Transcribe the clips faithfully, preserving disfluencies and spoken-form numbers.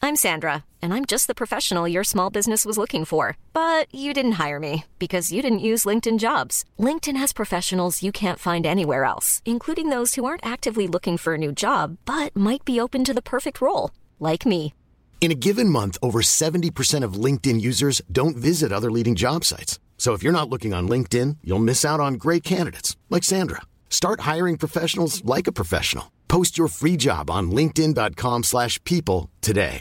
I'm Sandra, and I'm just the professional your small business was looking for. But you didn't hire me because you didn't use LinkedIn Jobs. LinkedIn has professionals you can't find anywhere else, including those who aren't actively looking for a new job, but might be open to the perfect role, like me. In a given month, over seventy percent of LinkedIn users don't visit other leading job sites. So if you're not looking on LinkedIn, you'll miss out on great candidates like Sandra. Start hiring professionals like a professional. Post your free job on linkedin dot com slash people today.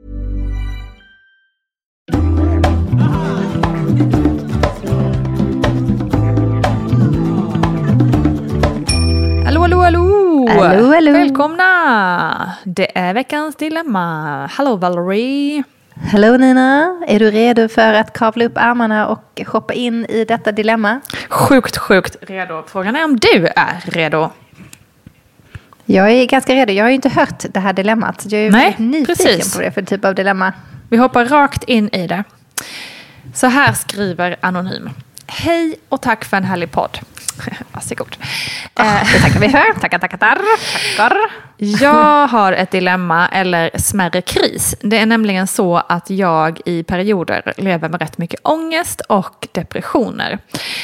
Hallå, hallå, hallå! Hallå, hallå! Välkomna! Det är veckans dilemma. Hallå Valerie! Hallå Nina! Är du redo för att kavla upp armarna och hoppa in i detta dilemma? Sjukt, sjukt redo. Frågan är om du är redo. Jag är ganska redo. Jag har ju inte hört det här dilemmat. Jag är Nej, väldigt nyfiken precis. på det för typ av dilemma. Vi hoppar rakt in i det. Så här skriver Anonym. Hej och tack för en härlig podd. Varsågod. Oh, det tackar vi för. Tackar, tackar, tackar. Jag har ett dilemma eller smärre kris. Det är nämligen så att jag i perioder lever med rätt mycket ångest och depressioner.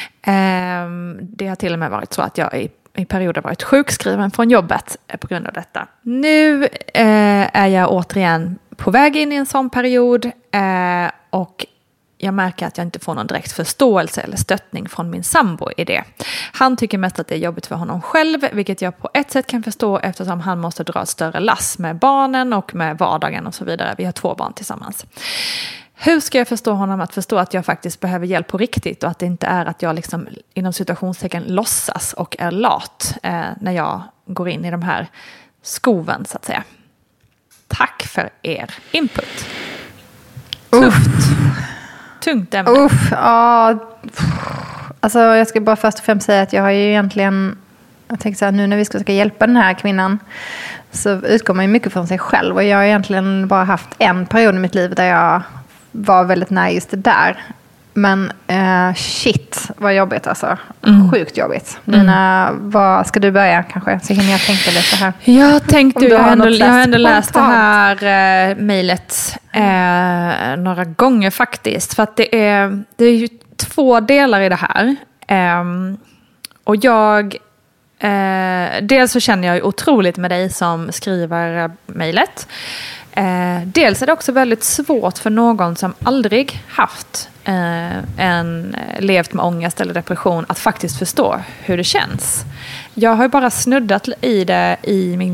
Det har till och med varit så att jag i i perioder varit sjukskriven från jobbet på grund av detta. Nu eh, är jag återigen på väg in i en sån period eh, och jag märker att jag inte får någon direkt förståelse eller stöttning från min sambo i det. Han tycker mest att det är jobbigt för honom själv, vilket jag på ett sätt kan förstå eftersom han måste dra ett större lass med barnen och med vardagen och så vidare. Vi har två barn tillsammans. Hur ska jag förstå honom att förstå att jag faktiskt behöver hjälp på riktigt och att det inte är att jag liksom inom situationstecken låtsas och är lat eh, när jag går in i de här skoven så att säga. Tack för er input. Tufft. Tungt ämne. Uff, ja. Alltså jag ska bara först och främst säga att jag har ju egentligen, jag tänkte så här, nu när vi ska försöka hjälpa den här kvinnan så utgår man ju mycket från sig själv och jag har egentligen bara haft en period i mitt liv där jag var väldigt nära just det där. Men uh, shit, vad jobbigt alltså. Mm. Sjukt jobbigt. Mm. Nina, vad ska du börja kanske? Så hinner jag tänka lite här. Jag tänkte, jag har ändå, jag har ändå läst det här uh, mejlet uh, några gånger faktiskt. För att det är, det är ju två delar i det här. Um, och jag... Uh, dels så känner jag ju otroligt med dig som skriver uh, mejlet. Eh, dels är det också väldigt svårt för någon som aldrig haft eh, en levt med ångest eller depression att faktiskt förstå hur det känns. Jag har ju bara snuddat i det i min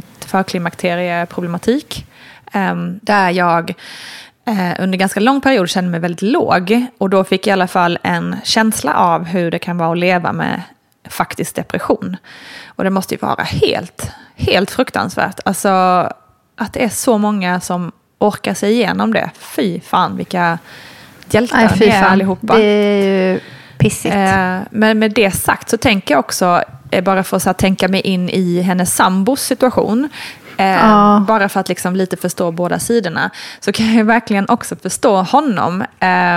förklimakterieproblematik eh, där jag eh, under ganska lång period kände mig väldigt låg och då fick jag i alla fall en känsla av hur det kan vara att leva med faktisk depression. Och det måste ju vara helt, helt fruktansvärt. Alltså att det är så många som orkar sig igenom det. Fy fan, vilka hjältar Nej, fy ni är fan. allihopa. Det är ju pissigt. Eh, men med det sagt så tänker jag också, eh, bara för att tänka mig in i hennes sambos situation, eh, ja. bara för att liksom lite förstå båda sidorna, så kan jag verkligen också förstå honom. Eh,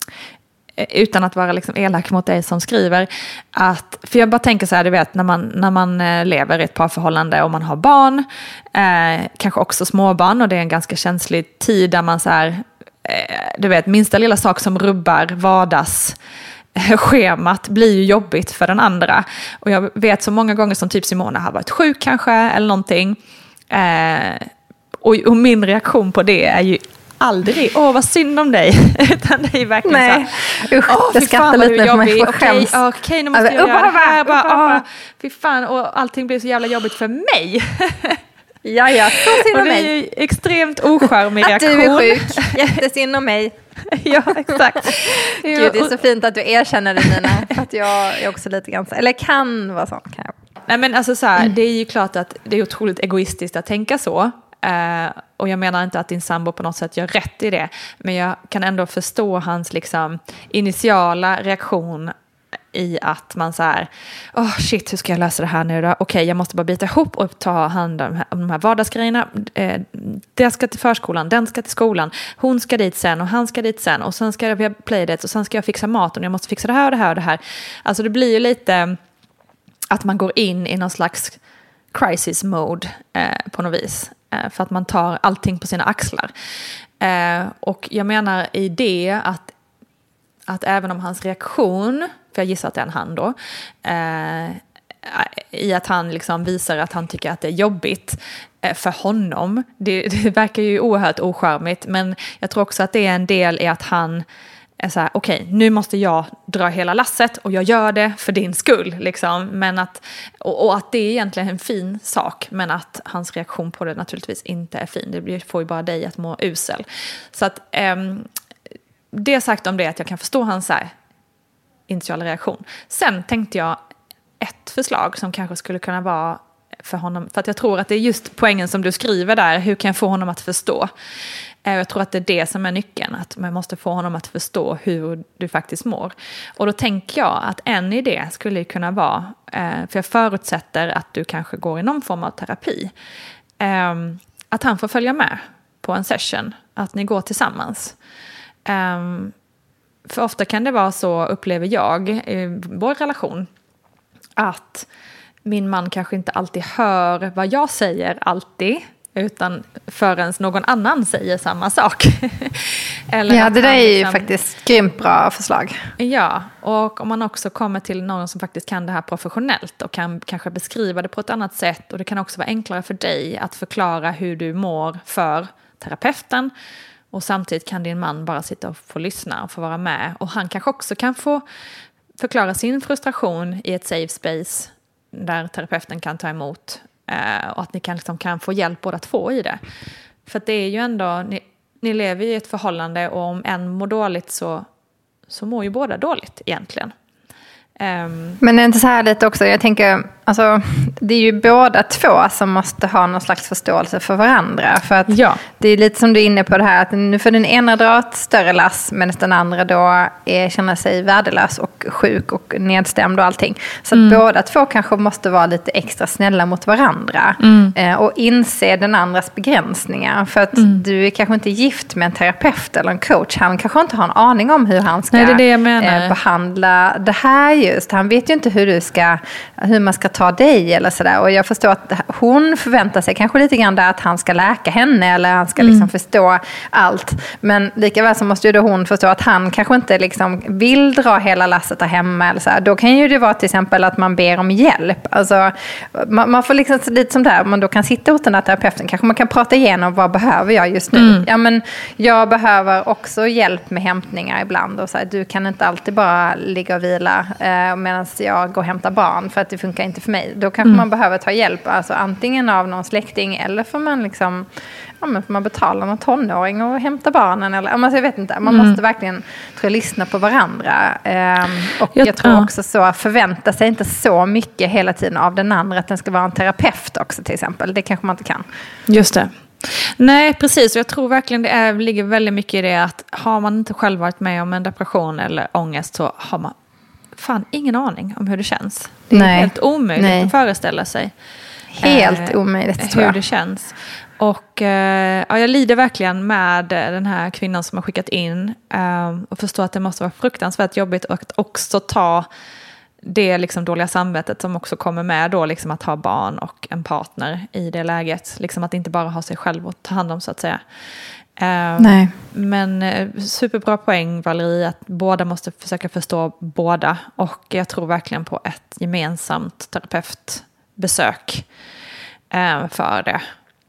utan att vara liksom elak mot dig som skriver att, för jag bara tänker så här, du vet när man, när man lever i ett parförhållande och man har barn, eh, kanske också småbarn och det är en ganska känslig tid där man så här, eh, du vet minsta lilla sak som rubbar vardags schemat blir ju jobbigt för den andra och jag vet så många gånger som typ Simona har varit sjuk kanske eller någonting eh, och, och min reaktion på det är ju aldrig, åh vad synd om dig. Utan det är verkligen Nej. så Usch, åh, jag skrattar lite när man får okej, skäms. okej, nu måste jag göra det här. Bara, åh, fy fan, och allting blir så jävla jobbigt för mig. Ja, ja, så synd om mig. Och det är ju extremt ocharmig reaktion. Att du är sjuk, jättesynd om mig. Ja, exakt. Gud, det är så fint att du erkänner det, Nina. För att jag är också lite grann, eller kan vara sån. Kan jag. Nej, men alltså så här, mm. det är ju klart att det är otroligt egoistiskt att tänka så. Uh, och jag menar inte att din sambo på något sätt gör rätt i det, men jag kan ändå förstå hans liksom initiala reaktion i att man så här, åh oh, shit, hur ska jag lösa det här nu då? Okej, okay, jag måste bara bita ihop och ta hand om de här, om de här vardagsgrejerna. Eh, det ska till förskolan, den ska till skolan, hon ska dit sen och han ska dit sen och sen ska jag via playdates och sen ska jag fixa maten och jag måste fixa det här och det här och det här. Alltså det blir ju lite att man går in i någon slags crisis mode eh, på något vis. Eh, för att man tar allting på sina axlar. Eh, och jag menar i det att, att även om hans reaktion, för jag gissar att det är en han då, eh, i att han liksom visar att han tycker att det är jobbigt eh, för honom. Det, det verkar ju oerhört ocharmigt, men jag tror också att det är en del i att han är så här, okej, okay, nu måste jag dra hela lasset och jag gör det för din skull. Liksom. Men att, och, och att det är egentligen en fin sak, men att hans reaktion på det naturligtvis inte är fin. Det blir, får ju bara dig att må usel. Så att ehm, det sagt om det, att jag kan förstå hans så här, initiala reaktion. Sen tänkte jag ett förslag som kanske skulle kunna vara för honom, för att jag tror att det är just poängen som du skriver där, hur kan jag få honom att förstå? Jag tror att det är det som är nyckeln, att man måste få honom att förstå hur du faktiskt mår. Och då tänker jag att en idé skulle kunna vara, för jag förutsätter att du kanske går i någon form av terapi, att han får följa med på en session, att ni går tillsammans. För ofta kan det vara så, upplever jag, i vår relation, att min man kanske inte alltid hör vad jag säger alltid, utan förrän någon annan säger samma sak. Eller ja, det där är liksom, ju faktiskt grymt bra förslag. Ja, och om man också kommer till någon som faktiskt kan det här professionellt och kan kanske beskriva det på ett annat sätt, och det kan också vara enklare för dig att förklara hur du mår för terapeuten, och samtidigt kan din man bara sitta och få lyssna och få vara med, och han kanske också kan få förklara sin frustration i ett safe space där terapeuten kan ta emot, eh, och att ni kan, liksom, kan få hjälp båda två i det. För att det är ju ändå, ni, ni lever i ett förhållande, och om en mår dåligt så, så mår ju båda dåligt egentligen. Um, Men det är inte så här lite också, jag tänker, alltså, det är ju båda två som måste ha någon slags förståelse för varandra. För att ja. det är lite som du är inne på det här, att nu får den ena dra ett större lass, medan den andra då är, känner sig värdelös och sjuk och nedstämd och allting. Så mm. att båda två kanske måste vara lite extra snälla mot varandra, mm. eh, och inse den andras begränsningar. För att mm. du är kanske inte gift med en terapeut eller en coach. Han kanske inte har en aning om hur han ska Nej, det är det jag menar. Eh, behandla det här just. Han vet ju inte hur du ska, hur man ska ta dig eller sådär. Och jag förstår att hon förväntar sig kanske lite grann där att han ska läka henne, eller han ska liksom mm. förstå allt. Men likaväl så måste ju då hon förstå att han kanske inte liksom vill dra hela lasset där hemma eller så här. Då kan ju det vara till exempel att man ber om hjälp. Alltså, man, man får liksom lite som där, man då kan sitta hos den där terapeuten, kanske man kan prata igenom vad behöver jag just nu. Mm. Ja, men jag behöver också hjälp med hämtningar ibland, och så här, du kan inte alltid bara ligga och vila eh, medan jag går och hämtar barn, för att det funkar inte för mig. Då kanske mm. man behöver ta hjälp, alltså antingen av någon släkting, eller får man liksom, ja, men får man betala någon tonåring och hämta barnen, eller alltså, jag vet inte, man mm. måste verkligen tror jag, lyssna på varandra. Ehm, och jag, jag tror ja. också så, förvänta sig inte så mycket hela tiden av den andra, att den ska vara en terapeut också till exempel. Det kanske man inte kan. Just det. Nej, precis. Och jag tror verkligen det är, ligger väldigt mycket i det, att har man inte själv varit med om en depression eller ångest, så har man fan ingen aning om hur det känns. Det är Nej. helt omöjligt Nej. att föreställa sig. Helt eh, omöjligt, tror jag. Hur det känns. Och eh, ja, jag lider verkligen med den här kvinnan som har skickat in, eh, och förstår att det måste vara fruktansvärt jobbigt att också ta det liksom dåliga samvetet som också kommer med då, liksom att ha barn och en partner i det läget. Liksom att inte bara ha sig själv att ta hand om, så att säga. Eh, Nej. Men eh, superbra poäng, Valerie, att båda måste försöka förstå båda. Och jag tror verkligen på ett gemensamt terapeutbesök eh, för det.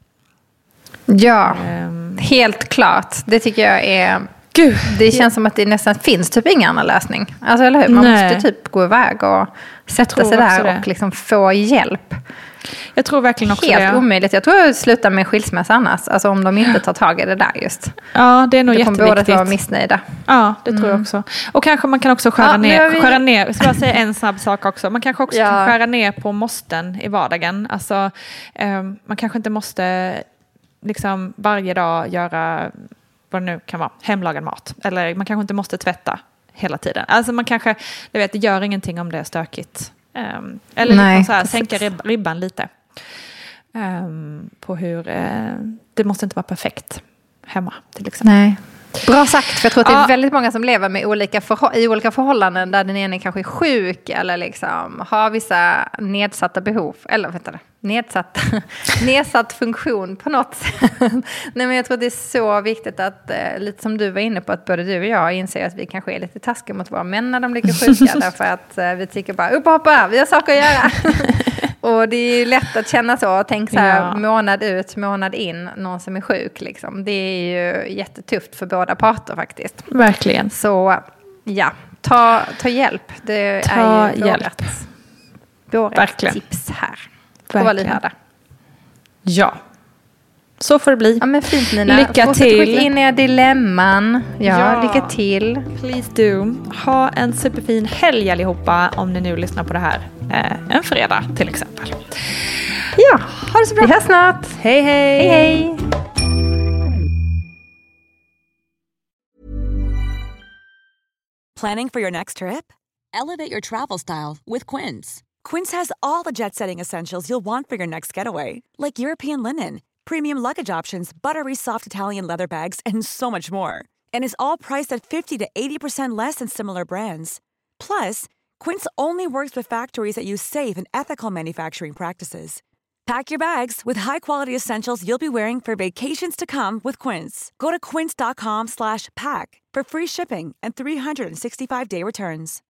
Ja, um, helt klart. Det tycker jag är... Gud, det känns som att det nästan finns typ ingen annan lösning. Alltså, eller hur? Man Nej. måste typ gå iväg och sätta sig där och liksom få hjälp. Jag tror verkligen också Helt det. Helt omöjligt. Jag tror jag slutar med skilsmässa annars. Alltså om de inte tar tag i det där just. Ja, det är nog det jätteviktigt. Båda två vara missnöjda. Ja, det tror mm. jag också. Och kanske man kan också skära, ja, ner, vi... skära ner. Jag ska bara säga en snabb sak också. Man kanske också ja. kan skära ner på måsten i vardagen. Alltså, um, man kanske inte måste liksom varje dag göra vad det nu kan vara, hemlagad mat. Eller man kanske inte måste tvätta hela tiden. Alltså man kanske, du vet, det gör ingenting om det är stökigt. Um, eller Nej, liksom så här, sänka rib- ribban lite. Um, på hur, uh, det måste inte vara perfekt hemma till exempel. Nej, Bra sagt, för jag tror att det är Ja. väldigt många som lever med olika förho- i olika förhållanden där den ena kanske är sjuk eller liksom har vissa nedsatta behov. Eller vänta, nedsatt, nedsatt funktion på något sätt. Nej, men jag tror att det är så viktigt att, eh, lite som du var inne på, att både du och jag inser att vi kanske är lite taskiga mot våra män när de ligger sjuka. Därför att eh, vi tycker bara, upp och hoppa, vi har saker att göra. Och det är ju lätt att känna så. Tänk så här, Ja. månad ut, månad in, någon som är sjuk. Liksom. Det är ju jättetufft för båda parter faktiskt. Verkligen. Så ja, ta, ta hjälp. Det Ta är ju hjälp. vårat, vårat Verkligen. tips här. Och Verkligen. vara lyhörda. Ja, så får det bli. Ja, men fint, Nina. Lycka Fortsätt till. skicka in era dilemman. Ja, Ja. lycka till. Please do. Ha en superfin helg allihopa om ni nu lyssnar på det här eh, en fredag till exempel. Ja, Ha det så bra. vi hörs snart. Hej hej. Hej, hej. Planning for your next trip? Elevate your travel style with Quince. Quince has all the jet-setting essentials you'll want for your next getaway, like European linen, premium luggage options, buttery soft Italian leather bags, and so much more. And is all priced at fifty to eighty percent less than similar brands. Plus, Quince only works with factories that use safe and ethical manufacturing practices. Pack your bags with high-quality essentials you'll be wearing for vacations to come with Quince. Go to quince.com slash pack for free shipping and three sixty-five day returns.